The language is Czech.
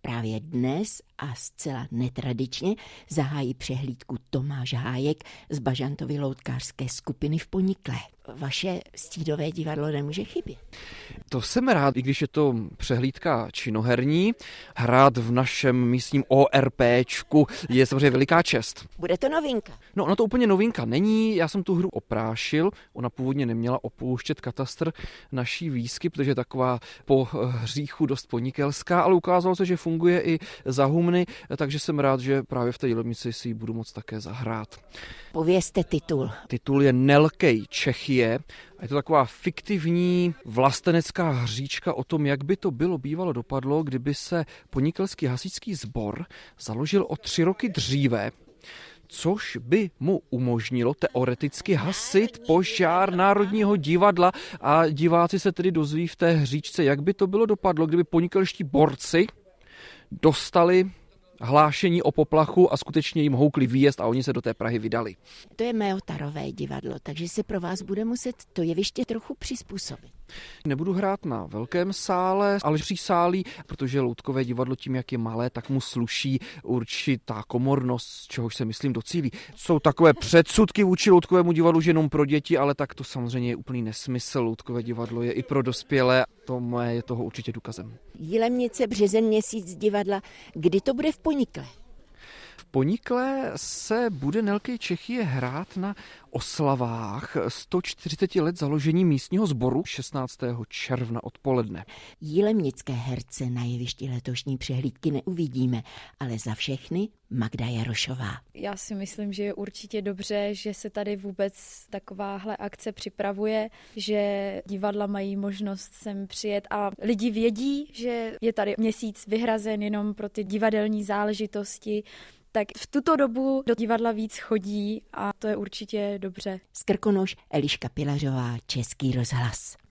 Právě dnes a zcela netradičně zahájí přehlídku Tomáš Hájek z Bažantovy loutkářské skupiny v Ponikle. Vaše střídové divadlo nemůže chybět. To jsem rád, i když je to přehlídka činoherní. Hrát v našem místním ORPčku je samozřejmě veliká čest. Bude to novinka? No, ono to úplně novinka není. Já jsem tu hru oprášil. Ona původně neměla opouštět katastr naší výsky, protože je taková po hříchu dost ponikelská, ale ukázalo se, že funguje i za humny, takže jsem rád, že právě v té Jilemnici si ji budu moct také zahrát. Povězte titul. Titul je Nelkej Čechie. A je to taková fiktivní vlastenecká hříčka o tom, jak by to bylo bývalo dopadlo, kdyby se ponikelský hasičský sbor založil o 3 roky dříve, což by mu umožnilo teoreticky hasit požár Národního divadla a diváci se tedy dozví v té hříčce, jak by to bylo dopadlo, kdyby ponikelští borci dostali hlášení o poplachu a skutečně jim houkli výjezd a oni se do té Prahy vydali. To je Meotarové divadlo, takže se pro vás bude muset to jeviště trochu přizpůsobit. Nebudu hrát na velkém sále, ale přísálí, protože loutkové divadlo tím, jak je malé, tak mu sluší určitá komornost, z čehož se myslím docílí. Jsou takové předsudky vůči loutkovému divadlu, že jenom pro děti, ale tak to samozřejmě je úplný nesmysl. Loutkové divadlo je i pro dospělé, to moje je toho určitě důkazem. Jilemnice, březen, měsíc divadla. Kdy to bude v Ponikle? V Ponikle se bude Nelkej Čechie hrát na oslavách 140 let založení místního sboru 16. června odpoledne. Jilemnické herce na jevišti letošní přehlídky neuvidíme, ale za všechny Magda Jarošová. Já si myslím, že je určitě dobře, že se tady vůbec takováhle akce připravuje, že divadla mají možnost sem přijet a lidi vědí, že je tady měsíc vyhrazen jenom pro ty divadelní záležitosti, tak v tuto dobu do divadla víc chodí a to je určitě dobře. Z Krkonoš Eliška Pilařová, Český rozhlas.